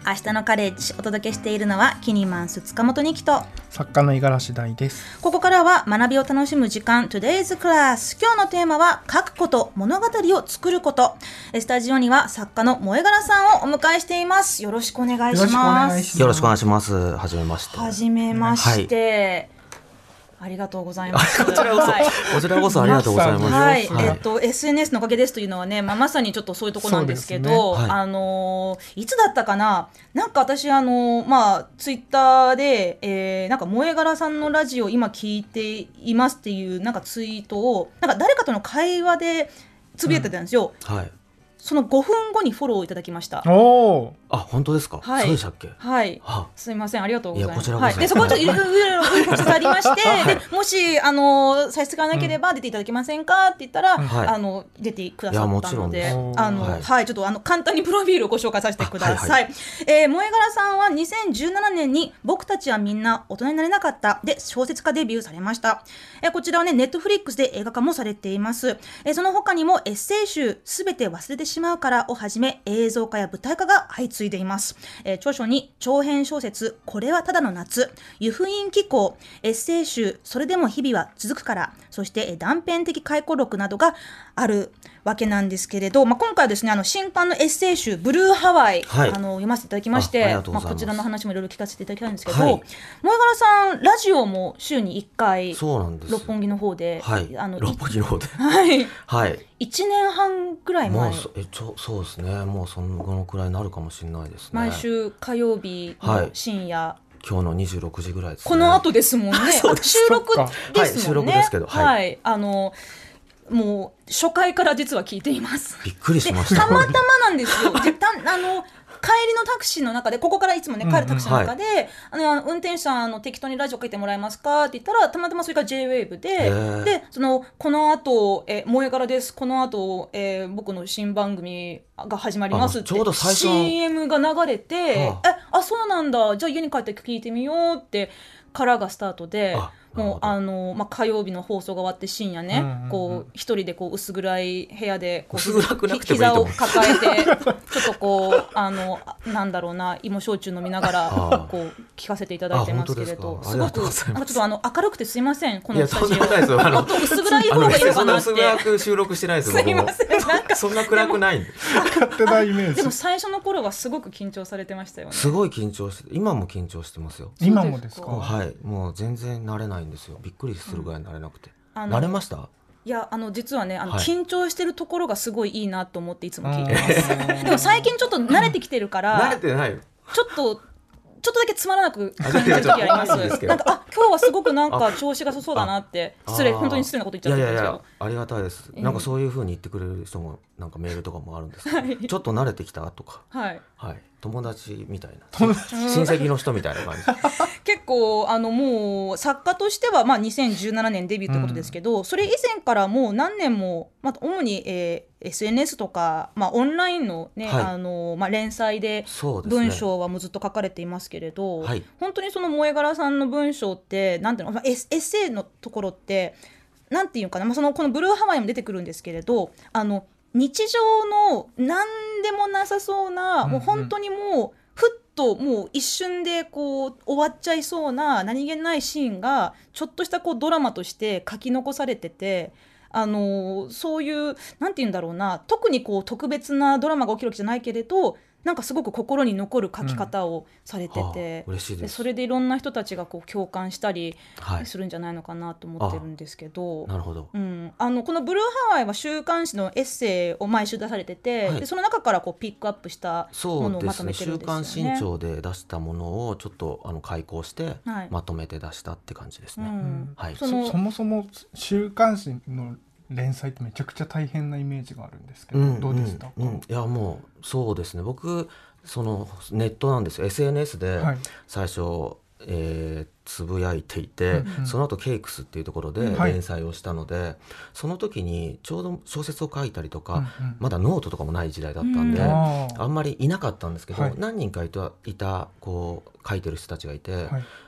明日のカレッジ、お届けしているのはキニマンス塚本二木と作家の五十嵐大です。 ここからは学びを楽しむ時間 Today's Class。 今日のテーマは書くこと、物語を作ること。スタジオには作家の萌柄さんをお迎えしています。よろしくお願いします。 よろしくお願いします。はじめまして。 はじめまして、ありがとうございます。 こちらこそ、こちらこそありがとうございます。 はい、SNS のおかげですというのはね、まさにちょっとそういうところなんですけど、いつだったかな、なんか私ツイッターで、なんか萌柄さんのラジオ今聞いていますっていうなんかツイートをなんか誰かとの会話でつぶやいてたんですよ。はい。その5分後にフォローいただきました。 おー、あ、本当ですか。 はい、 そうでしたっけ。 はい、すみません、ありがとうございます。 はい、 でそこちょっといろいろありましてでもし差し支えなければ出ていただけませんかって言ったら、出てくださったので、ちょっと簡単にプロフィールをご紹介させてください。萌柄さんは2017年に僕たちはみんな大人になれなかったで小説家デビューされました。こちらはね、ネットフリックスで映画化もされています。その他にもエッセイ集すべて忘れてしまうからをはじめ映像化や舞台化が相次いでいます。著書に長編小説これはただの夏、湯布院紀行、エッセイ集それでも日々は続くから、そして断片的回顧録などがあるわけなんですけれど、今回はですね、新刊のエッセイ集ブルーハワイ、読ませていただきまして、こちらの話もいろいろ聞かせていただきたいんですけど、萌柄さんラジオも週に1回六本木の方で、 六本木の方で 1年半ぐらい前、 そうですね、もうそのくらいになるかもしれないですね。 毎週火曜日の深夜、 今日の26時ぐらいですね。 この後ですもんね。収録ですもんね。 収録ですけど、 もう初回から実は聞いています。 びっくりしました。 たまたまなんですよ。帰りのタクシーの中で、ここからいつもね帰るタクシーの中で、運転手さん適当にラジオかけてもらえますかって言ったら、たまたまそれが J-WAVE で、この後萌柄です、この後、僕の新番組が始まりますってちょうど最初 CM が流れて、そうなんだ、じゃあ家に帰って聞いてみようってからがスタートで、もう火曜日の放送が終わって深夜ね、一人で薄暗い部屋で膝を抱えてちょっとなんだろうな、芋焼酎飲みながら聞かせていただいてますけれど、すごくちょっと明るくてすいません、このスタジオもっと薄暗い方がいいのかなって。 そんな薄暗く収録してないです。 すいません、なんかそんな暗くないんで。 勝手なイメージ。 でも最初の頃はすごく緊張されてましたよね。 すごい緊張して、今も緊張してますよ。 今もですか。 はい、もう全然慣れないんですよ。びっくりするぐらい慣れなくて。慣れました？ いや、実はね、緊張してるところがすごいいいなと思っていつも聞いてます。でも最近ちょっと慣れてきてるから慣れてないよ。 ちょっとだけつまらなく感じる時あります。なんか今日はすごくなんか調子がそうだなって、本当に失礼なこと言っちゃってるんですけど。 ありがたいです。なんかそういう風に言ってくれる人もなんかメールとかもあるんですけど、ちょっと慣れてきたとか、友達みたいな、親戚の人みたいな感じ。 結構もう作家としては2017年デビューってことですけど、それ以前からもう何年も、主に、SNS とか、オンラインの、ね、連載で文章はもうずっと書かれていますけれど、本当にその萌柄さんの文章ってなんていうの、エッセイのところってなんていうかな、このブルーハワイも出てくるんですけれど、日常の何でもなさそうな、もう本当にもうふっともう一瞬で終わっちゃいそうな何気ないシーンがちょっとしたドラマとして書き残されてて、そういうなんていうんだろうな、特に特別なドラマが起きるわけじゃないけれど、なんかすごく心に残る書き方をされてて、 嬉しいです。 それでいろんな人たちが共感したりするんじゃないのかなと思ってるんですけど、 なるほど。 このブルーハワイは週刊誌のエッセイを毎週出されてて、でその中からピックアップしたものをまとめてるんですよね。 週刊新潮で出したものをちょっと開講してまとめて出したって感じですね。 そもそも週刊誌の連載ってめちゃくちゃ大変なイメージがあるんですけど、どうでした？ いや、もうそうですね、僕ネットなんですよ。 SNS で最初、つぶやいていて、その後ケイクスっていうところで連載をしたので、その時にちょうど小説を書いたりとか、まだノートとかもない時代だったんで、あんまりいなかったんですけど、何人かいた書いてる人たちがいて、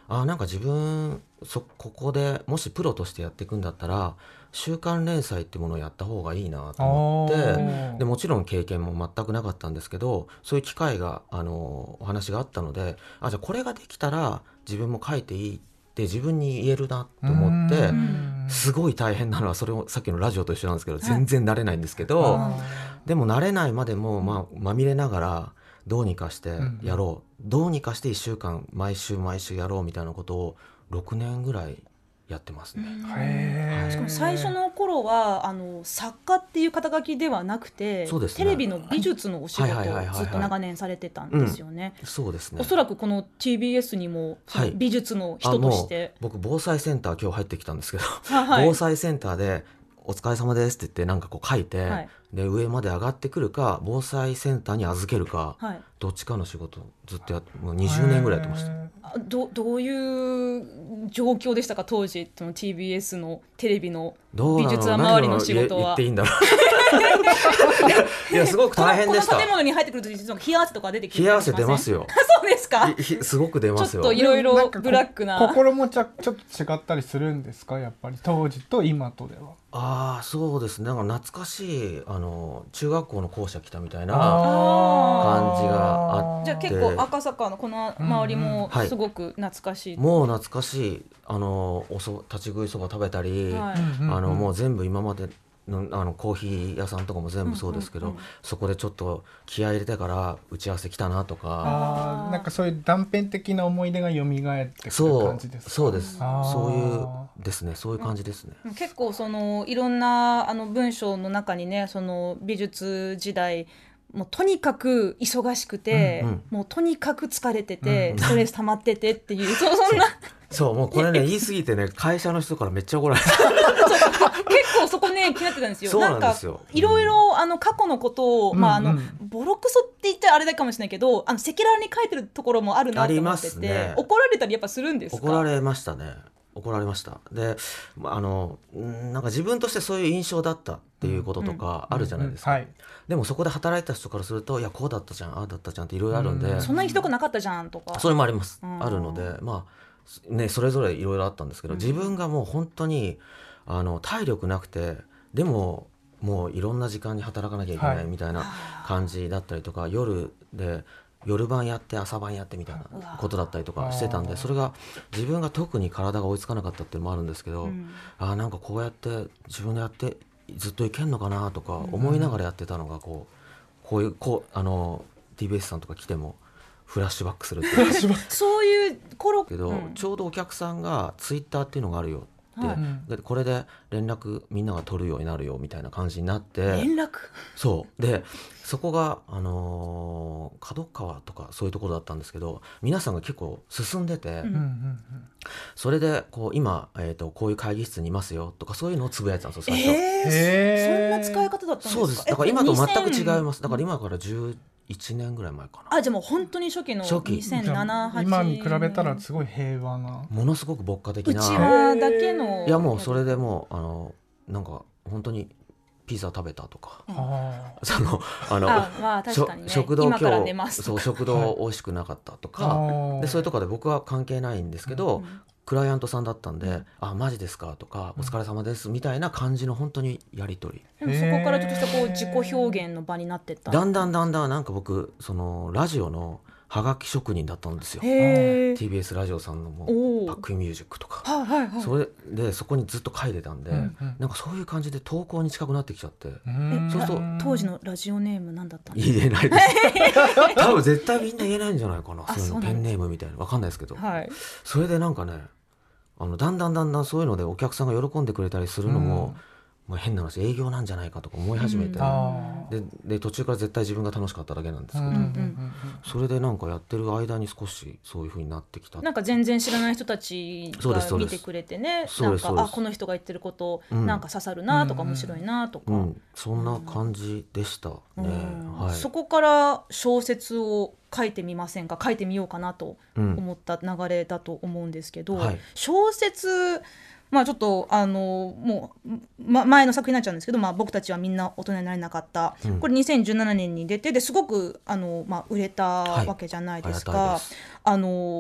なんか自分ここでもしプロとしてやっていくんだったら週刊連載っていうものをやった方がいいなと思ってでもちろん経験も全くなかったんですけどそういう機会がお話があったのでじゃあこれができたら自分も書いていいって自分に言えるなと思ってすごい大変なのはそれをさっきのラジオと一緒なんですけど全然慣れないんですけどでも慣れないまでもまみれながらどうにかしてやろうどうにかして1週間毎週やろうみたいなことを6年ぐらいやってますね。 しかも最初の頃は作家っていう肩書きではなくて、ね、テレビの美術のお仕事をずっと長年されてたんですよね。 そうですね。 おそらくこの TBS にも美術の人として、 僕防災センター今日入ってきたんですけど、防災センターでお疲れ様ですって言ってなんかこう書いて、で上まで上がってくるか防災センターに預けるか、どっちかの仕事をずっともう20年ぐらいやってました。 どういう状況でしたか当時の TBS のテレビの美術周りの仕事は。 言っていいんだろういやすごく大変でした。 この建物に入ってくると実は冷や汗とか出てきて冷や汗出ますよそうですか。 すごく出ますよ。 ちょっといろいろブラックな心もちょっと違ったりするんですかやっぱり当時と今とでは。 そうですね。なんか懐かしい中学校の校舎来たみたいな感じがあって、 じゃあ結構赤坂のこの周りもすごく懐かしい、 もう懐かしい立ち食いそば食べたり、もう全部今までのコーヒー屋さんとかも全部そうですけど、そこでちょっと気合い入れてから打ち合わせ来たなとか、 なんかそういう断片的な思い出が蘇ってくる感じですか。 そうです。そういうですね。そういう感じですね。 結構いろんな文章の中にね美術時代もうとにかく忙しくて、もうとにかく疲れてて、ストレス溜まっててっていうそんなそうもうこれね言い過ぎてね会社の人からめっちゃ怒られた結構そこね気になってたんですよ。 そうなんですよ。 いろいろ過去のことを、ボロクソって言っちゃあれだかもしれないけど赤裸々に書いてるところもあるなと思ってて、ね、怒られたりやっぱするんですか。 怒られましたね。怒られました。でなんか自分としてそういう印象だったっていうこととかあるじゃないですか、でもそこで働いた人からするといやこうだったじゃんああだったじゃんっていろいろあるんで、 そんなにひどくなかったじゃんとかそれもあります、あるのでね、それぞれいろいろあったんですけど、自分がもう本当に体力なくてでももういろんな時間に働かなきゃいけないみたいな感じだったりとか、夜晩やって朝晩やってみたいなことだったりとかしてたんで、それが自分が特に体が追いつかなかったっていうのもあるんですけど、なんかこうやって自分でやってずっといけんのかなとか思いながらやってたのがこういうTBS さんとか来てもフラッシュバックするっていうそういう頃けど、ちょうどお客さんがツイッターっていうのがあるよでこれで連絡みんなが取るようになるよみたいな感じになって、 連絡そうでそこが角川とかそういうところだったんですけど、皆さんが結構進んでて、それで今、こういう会議室にいますよとかそういうのをつぶやいてたんですよ最初。 そんな使い方だったんですか。 そうです。だから今と全く違います。だから今から11年ぐらい前かな。 じゃあもう本当に初期の2007、8 今に比べたらすごい平和なものすごく牧歌的なうちわだけのいやもうそれでもうなんか本当にピザ食べたとか、 確かにね、 食堂今から寝ますとか食堂美味しくなかったとか、でそういうところで僕は関係ないんですけど、クライアントさんだったんでマジですかとか、お疲れ様ですみたいな感じの本当にやり取り、 でもそこからちょっとした自己表現の場になってった。 だんだんなんか僕ラジオのはがき職人だったんですよ。TBS ラジオさんのもうバックミュージックとか、それでそこにずっと書いてたんで、なんかそういう感じで投稿に近くなってきちゃって、 そうすると当時のラジオネーム何だったんですか。 言えないです多分絶対みんな言えないんじゃないかなそういうのペンネームみたいな分かんないですけど、それでなんかねだんだんそういうのでお客さんが喜んでくれたりするのも、変な話営業なんじゃないかとか思い始めて、で途中から絶対自分が楽しかっただけなんですけど、それでなんかやってる間に少しそういう風になってきた。 なんか全然知らない人たちが見てくれてね、なんかこの人が言ってることなんか刺さるなとか面白いなとか、 そんな感じでしたね。 そこから小説を書いてみませんか、書いてみようかなと思った流れだと思うんですけど、小説ちょっともう、前の作品になっちゃうんですけど、僕たちはみんな大人になれなかった、これ2017年に出てですごく売れたわけじゃないですか。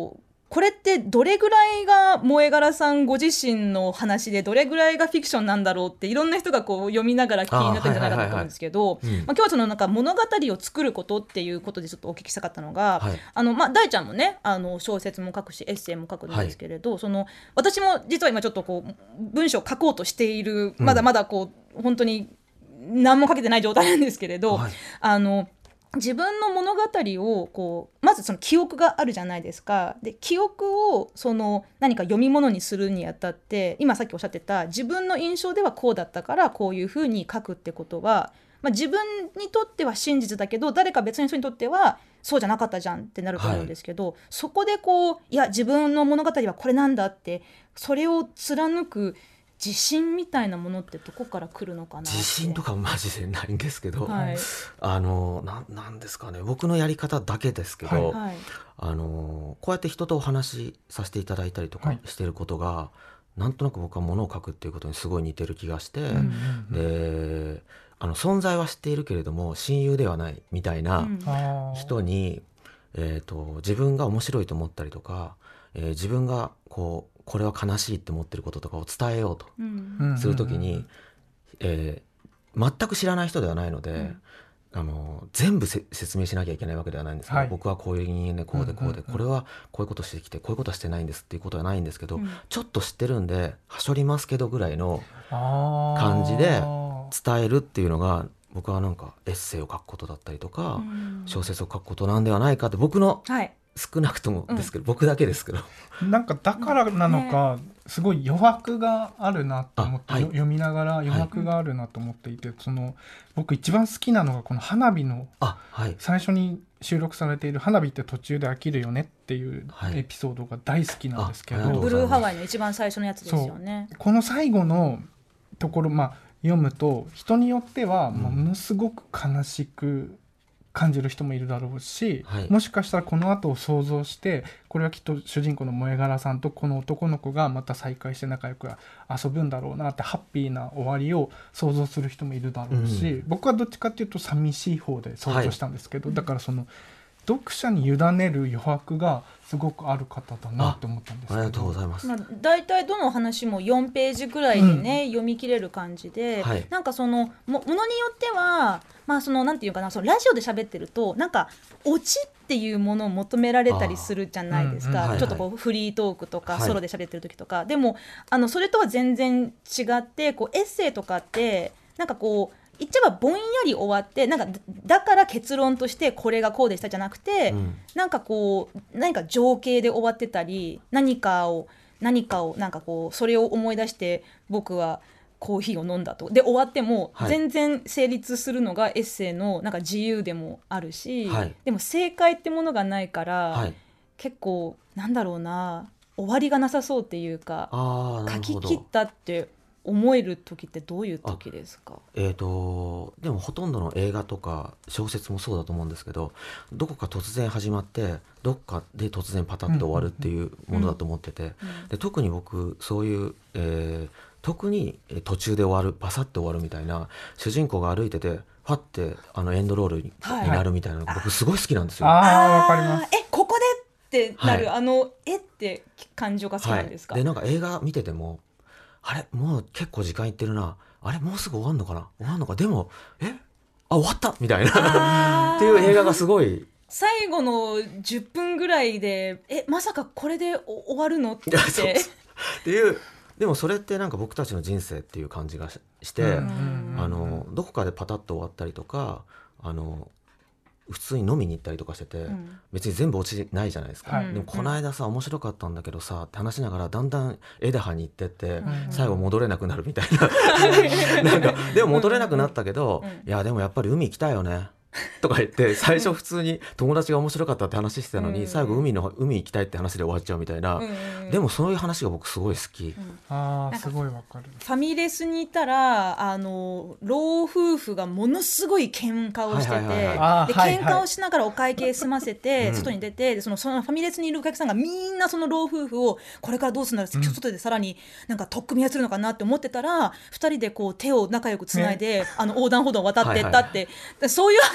これってどれぐらいが萌え柄さんご自身の話でどれぐらいがフィクションなんだろうっていろんな人がこう読みながら気になったんじゃないかなと思うんですけど、今日はそのなんか物語を作ることっていうことでちょっとお聞きしたかったのが、大ちゃんもね小説も書くしエッセイも書くんですけれど、その私も実は今ちょっとこう文章を書こうとしている、まだまだこう本当に何も書けてない状態なんですけれど、自分の物語をこうまずその記憶があるじゃないですか。で記憶をその何か読み物にするにあたって、今さっきおっしゃってた自分の印象ではこうだったからこういうふうに書くってことは、自分にとっては真実だけど誰か別の人にとってはそうじゃなかったじゃんってなると思うんですけど、そこでこういや自分の物語はこれなんだってそれを貫く自信みたいなものってどこから来るのかなって。 自信とかマジでないんですけど、なんですかね、僕のやり方だけですけど、こうやって人とお話しさせていただいたりとかしてることが、なんとなく僕は物を書くっていうことにすごい似てる気がして、で存在は知っているけれども親友ではないみたいな人に、自分が面白いと思ったりとか、自分がこれは悲しいって思ってることとかを伝えようとするときに、全く知らない人ではないので、全部説明しなきゃいけないわけではないんですけど、僕はこういう人間でこうでこうで、これはこういうことしてきてこういうことはしてないんですっていうことはないんですけど、ちょっと知ってるんではしょりますけどぐらいの感じで伝えるっていうのが、僕はなんかエッセイを書くことだったりとか、小説を書くことなんではないかって僕の、少なくともですけど、僕だけですけど、 なんかだからなのか、すごい余白があるなと思って、読みながら余白があるなと思っていて、その僕一番好きなのがこの花火の、最初に収録されている花火って途中で飽きるよねっていうエピソードが大好きなんですけど、 ブルーハワイの一番最初のやつですよね。 この最後のところ、読むと人によってはものすごく悲しく感じる人もいるだろうし、もしかしたらこの後を想像して、これはきっと主人公の萌え柄さんとこの男の子がまた再会して仲良く遊ぶんだろうなってハッピーな終わりを想像する人もいるだろうし、僕はどっちかっていうと寂しい方で想像したんですけど、だからその読者に委ねる余白がすごくある方だなって思ったんですけど。 ありがとうございます。 だいたいどの話も4ページぐらいでね、読み切れる感じで、なんかそのものによっては、そのなんていうかな、そのラジオで喋ってるとなんかオチっていうものを求められたりするじゃないですか。ちょっとこうフリートークとかソロで喋ってる時とか、でもそれとは全然違って、こうエッセイとかってなんかこう言っちゃえばぼんやり終わって、なんかだから結論としてこれがこうでしたじゃなくて、なんかこう何か情景で終わってたり、何かをなんかこうそれを思い出して僕はコーヒーを飲んだとで終わっても全然成立するのがエッセイのなんか自由でもあるし、でも正解ってものがないから、結構なんだろうな、終わりがなさそうっていうか、書き切ったって思える時ってどういう時ですか？ でもほとんどの映画とか小説もそうだと思うんですけど、どこか突然始まってどっかで突然パタッと終わるっていうものだと思ってて、で特に僕そういう、特に途中で終わる、バサッと終わるみたいな、主人公が歩いててファッてエンドロールになるみたいなのが僕すごい好きなんですよ。 わかります。 ここでってなる、って感情が好きなんですか？ でなんか映画見てても、あれもう結構時間いってるな、あれもうすぐ終わんのかな、でも終わったみたいなっていう映画がすごい、 最後の10分ぐらいでまさかこれで終わるのってっていう。でもそれってなんか僕たちの人生っていう感じがして、どこかでパタッと終わったりとか、普通に飲みに行ったりとかしてて、別に全部落ちないじゃないですか、でもこの間さ面白かったんだけどさって話しながらだんだん枝葉に行ってって、最後戻れなくなるみたいななんかでも戻れなくなったけど、いやでもやっぱり海行きたいよねとか言って、最初普通に友達が面白かったって話してたのに、最後海行きたいって話で終わっちゃうみたいな、でもそういう話が僕すごい好き。 すごいわかる。 ファミレスにいたら老夫婦がものすごい喧嘩をしてて、喧嘩をしながらお会計済ませて外に出て、そのファミレスにいるお客さんがみんなその老夫婦をこれからどうするんだろう、外でさらになんか取っ組み合いするのかなって思ってたら、2人でこう手を仲良くつないで、横断歩道を渡ってったって、そういう話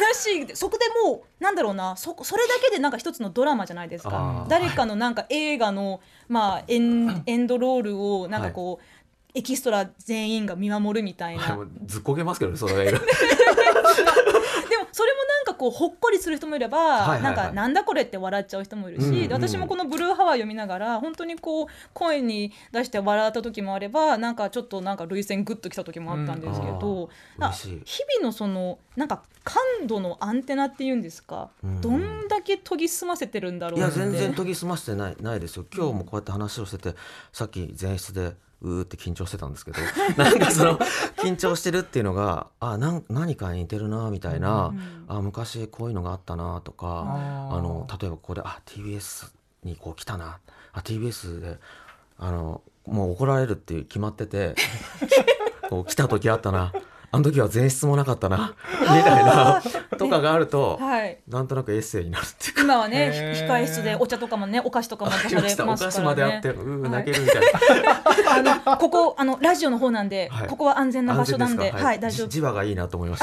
しい、そこでもうなんだろうな、それだけでなんか一つのドラマじゃないですか。誰かのなんか映画の、まあ、エンドロールをなんかこう、エキストラ全員が見守るみたいな、 ずっこけますけどね、その映画でもそれもなんかこうほっこりする人もいれば、なんかなんだこれって笑っちゃう人もいるし、で私もこのブルーハワイ読みながら本当にこう声に出して笑った時もあれば、なんかちょっとなんか涙腺グッときた時もあったんですけど、日々のそのなんか感度のアンテナっていうんですか、どんだけ研ぎ澄ませてるんだろうって。 いや全然研ぎ澄ませてないですよ。今日もこうやって話をしてて、さっき前室でうーって緊張してたんですけどなんかその緊張してるっていうのが何かに似てるなみたいな、昔こういうのがあったなとか、例えばここでTBS にこう来たな、TBS でもう怒られるって決まっててこう来た時あったな、あの時は前室もなかったなみたいなとかがあると、なんとなくエッセイになるっていうか、 今はね控え室でお茶とかもね、お菓子とかも出されますからね。 お菓子まであって泣けるみたいなここラジオの方なんで、ここは安全な場所なんで、大丈夫。 磁場がいいなと思いました。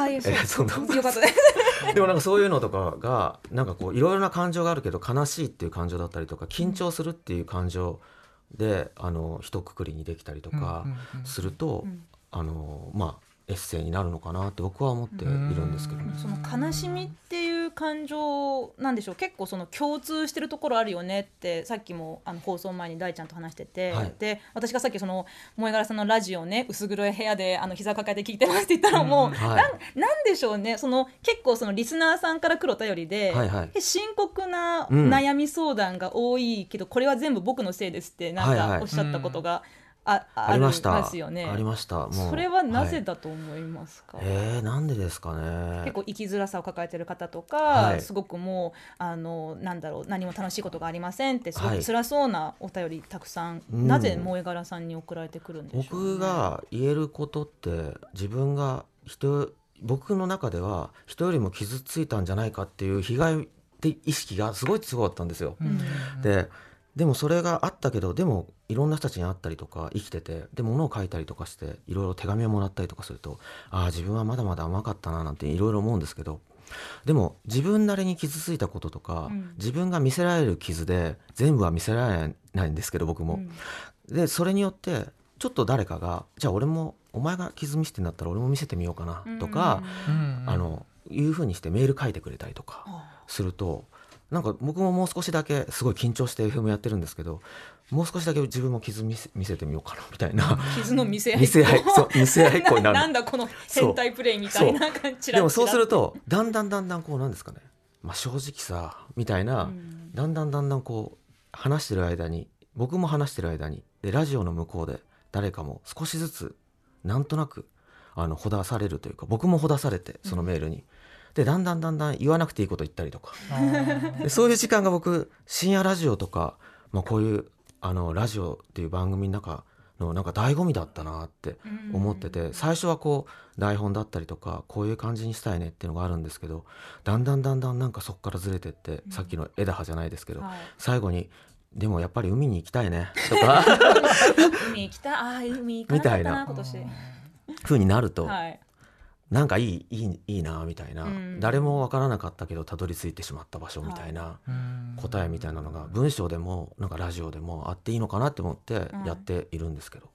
よかったですでもなんかそういうのとかがなんかこういろいろな感情があるけど、悲しいっていう感情だったりとか緊張するっていう感情で一括りにできたりとかすると、まあエッセイになるのかなって僕は思っているんですけどね。 その悲しみっていう感情なんでしょう、結構その共通してるところあるよねってさっきも放送前に大ちゃんと話してて、で私がさっきその萌柄さんのラジオね、薄暗い部屋で膝抱えて聞いてますって言ったらもう、なんでしょうね、その結構そのリスナーさんから来るお便りで、深刻な悩み相談が多いけど、これは全部僕のせいですってなんかおっしゃったことがありますよね。 ありました。もうそれはなぜだと思いますか？ なんでですかね。 結構生きづらさを抱えている方とか、すごくもうなんだろう、何も楽しいことがありませんってすごく辛そうなお便りたくさん、なぜ萌柄さんに送られてくるんでしょうね。 僕が言えることって自分が僕の中では人よりも傷ついたんじゃないかっていう被害的意識がすごい強かったんですよ。でもそれがあったけど、でもいろんな人たちに会ったりとか生きてて、で物を書いたりとかしていろいろ手紙をもらったりとかすると、自分はまだまだ甘かったななんていろいろ思うんですけど、でも自分なりに傷ついたこととか、自分が見せられる傷で全部は見せられないんですけど僕も、でそれによってちょっと誰かがじゃあ俺もお前が傷見せてんだったら俺も見せてみようかなとか、いうふうにしてメール書いてくれたりとかすると、なんか僕ももう少しだけすごい緊張して FM やってるんですけど、もう少しだけ自分も傷見せてみようかなみたいな、 傷の見せ合い見せ合いっこになるなんだこの変態プレイみたいな感じ。 でもそうするとだんだんこうなんですかね、正直さみたいな、だんだんこう話してる間に、僕も話してる間にでラジオの向こうで誰かも少しずつなんとなくほだされるというか、僕もほだされてそのメールに、でだんだん言わなくていいこと言ったりとかでそういう時間が僕深夜ラジオとか、こういうラジオっていう番組の中のなんか醍醐味だったなって思ってて、最初はこう台本だったりとかこういう感じにしたいねっていうのがあるんですけど、だんだんなんかそこからずれてって、さっきの枝葉じゃないですけど、最後にでもやっぱり海に行きたいねとか海行きたい、海行かなかったな今年風になると、なんかいいなみたいな、誰も分からなかったけどたどり着いてしまった場所みたいな、答えみたいなのが文章でもなんかラジオでもあっていいのかなって思ってやっているんですけど、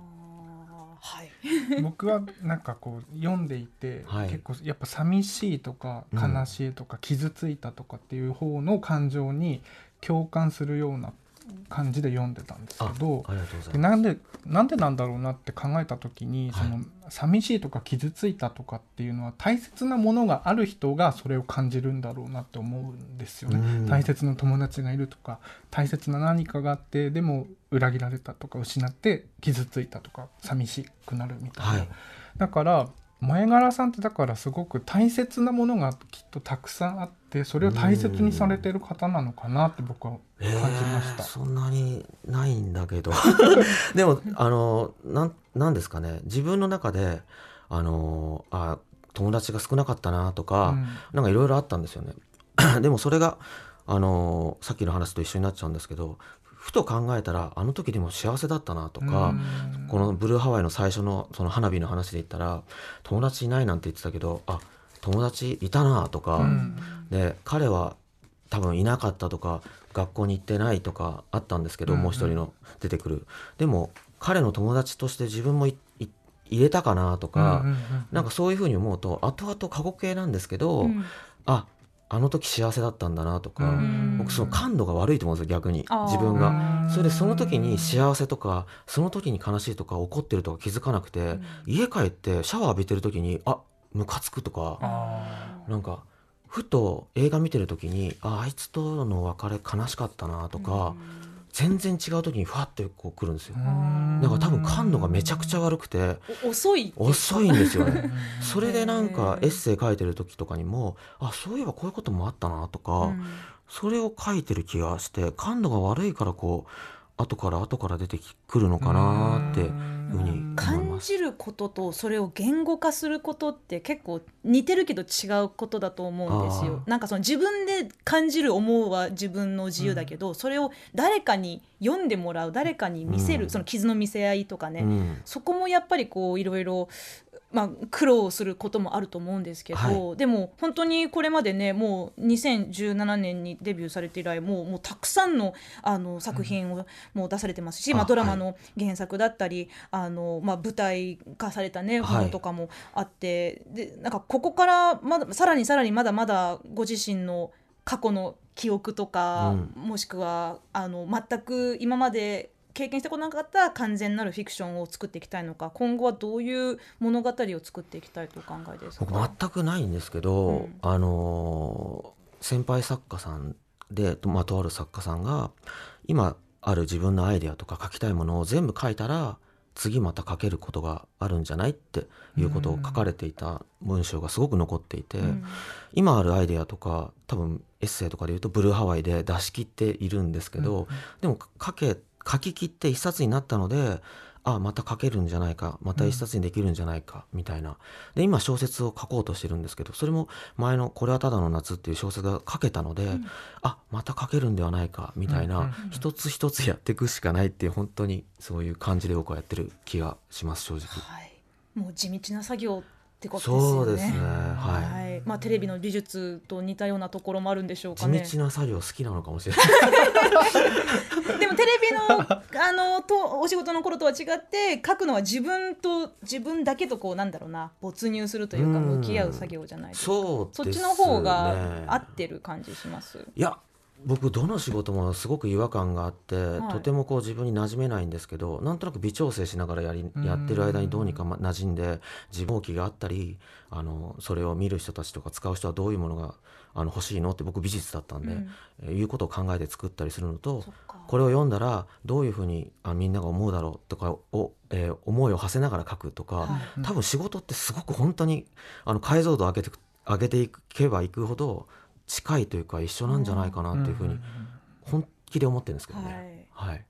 僕はなんかこう読んでいて、結構やっぱ寂しいとか悲しいとか傷ついたとかっていう方の感情に共感するような感じで読んでたんですけど、なんでなんだろうなって考えた時に、その寂しいとか傷ついたとかっていうのは大切なものがある人がそれを感じるんだろうなって思うんですよね。大切な友達がいるとか大切な何かがあって、でも裏切られたとか失って傷ついたとか寂しくなるみたいな、だから萌柄さんってだからすごく大切なものがきっとたくさんあって、それを大切にされてる方なのかなって僕は感じました。 そんなにないんだけどでもなんですかね、自分の中で友達が少なかったなとか、なんかいろいろあったんですよねでもそれがさっきの話と一緒になっちゃうんですけど、ふと考えたらあの時でも幸せだったなとか、このブルーハワイの最初のその花火の話で言ったら友達いないなんて言ってたけど、 友達いたなとか、で彼は多分いなかったとか学校に行ってないとかあったんですけど、もう一人の出てくる、でも彼の友達として自分も入れたかなとか、なんかそういうふうに思うと後々過去形なんですけど、あの時幸せだったんだなとか、僕その感度が悪いと思うんですよ、逆に自分が。それでその時に幸せとかその時に悲しいとか怒ってるとか気づかなくて、家帰ってシャワー浴びてる時にムカつくとか、なんかふと映画見てる時にあいつとの別れ悲しかったなとか、全然違う時にふわってこう来るんですよ。だから多分感度がめちゃくちゃ悪くて遅いんですよね。それでなんかエッセイ書いてる時とかにもそういえばこういうこともあったなとか、それを書いてる気がして、感度が悪いからこう後から出てくるのかなっていうふうに思います。 感じることとそれを言語化することって結構似てるけど違うことだと思うんですよ。なんかその自分で感じる思うは自分の自由だけど、それを誰かに読んでもらう、誰かに見せる、その傷の見せ合いとかね、そこもやっぱりこういろいろ苦労することもあると思うんですけど、でも本当にこれまでね、もう2017年にデビューされて以来もうたくさんの作品をもう出されてますし、ドラマの原作だったり舞台化されたねものとかもあって、でなんかここからさらにまだまだご自身の過去の記憶とか、もしくは全く今まで経験したことなかった完全なるフィクションを作っていきたいのか、今後はどういう物語を作っていきたいとお考えですか？ 僕全くないんですけど、先輩作家さんで、とある作家さんが今ある自分のアイデアとか書きたいものを全部書いたら次また書けることがあるんじゃないっていうことを書かれていた文章がすごく残っていて、今あるアイデアとか多分エッセイとかでいうとブルーハワイで出し切っているんですけど、でも書き切って一冊になったのでまた書けるんじゃないか、また一冊にできるんじゃないかみたいな。で今小説を書こうとしてるんですけど、それも前のこれはただの夏っていう小説が書けたので、また書けるんではないかみたいな、一つ一つやっていくしかないっていう、本当にそういう感じで僕はやってる気がします、正直。 もう地道な作業ってことですよね。 そうですね、 テレビの美術と似たようなところもあるんでしょうかね。 地道な作業好きなのかもしれないでもテレビのお仕事の頃とは違って書くのは自分だけとこうなんだろうな、没入するというか向き合う作業じゃないですか。そっちの方が合ってる感じします？ いや僕どの仕事もすごく違和感があって、とてもこう自分に馴染めないんですけど、なんとなく微調整しながらやってる間にどうにか馴染んで、自分気があったりそれを見る人たちとか使う人はどういうものが欲しいのって、僕美術だったんで、いうことを考えて作ったりするのと、これを読んだらどういうふうにみんなが思うだろうとかを、思いを馳せながら書くとか、多分仕事ってすごく本当に解像度を上げていけばいくほど近いというか一緒なんじゃないかなっていうふうに本気で思ってるんですけどね。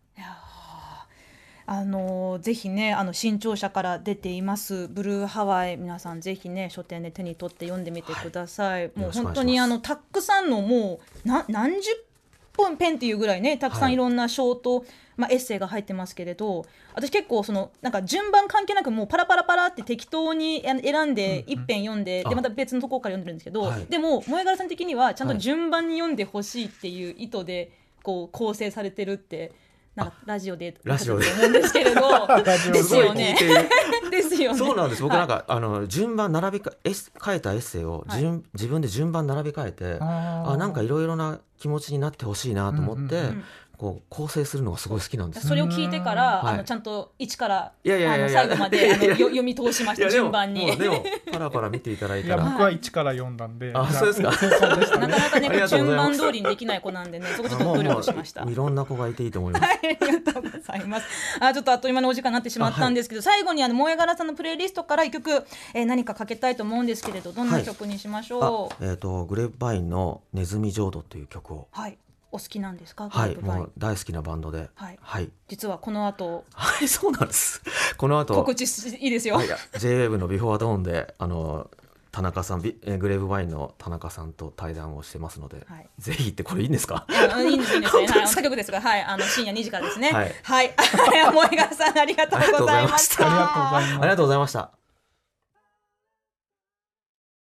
ぜひね新潮社から出ていますブルーハワイ、皆さんぜひね書店で手に取って読んでみてください。もう本当にたくさんのもう何十本ペンっていうぐらいね、たくさんいろんなショート、エッセイが入ってますけれど、私結構なんか順番関係なくもうパラパラパラって適当に選んで一編読んで、でまた別のところから読んでるんですけど、でも萌柄さん的にはちゃんと順番に読んでほしいっていう意図でこう構成されてるってなんかラジオで思うんですけれどですよね。ですよね。 そうなんです。僕なんか、順番並び書いたエッセイを自分で順番並び替えて、なんかいろいろな気持ちになってほしいなと思って、こう構成するのがすごい好きなんです。 それを聞いてから、ちゃんと一から最後まで読み通しました。順番に。 でもパラパラ見ていただいたら。 僕は一から読んだんで。 そうですか。 なかなかね順番通りにできない子なんでね、そこちょっと努力しました。 いろんな子がいていいと思います。 ありがとうございます。ちょっとあっという間のお時間になってしまったんですけど、最後に萌柄さんのプレイリストから一曲何かかけたいと思うんですけれど、どんな曲にしましょう？ グレープバインのネズミ浄土という曲を。 お好きなんですか？ もう大好きなバンドで、 実はこの後そうなんです。この後告知いいですよ。 J-WAVE のビフォードーンで田中さんグレープワインの田中さんと対談をしてますので、ぜひ行って。これいいんですか？ いいんですね。他局ですが、深夜2時からですね。萌柄さんありがとうございました。 ありがとうございました。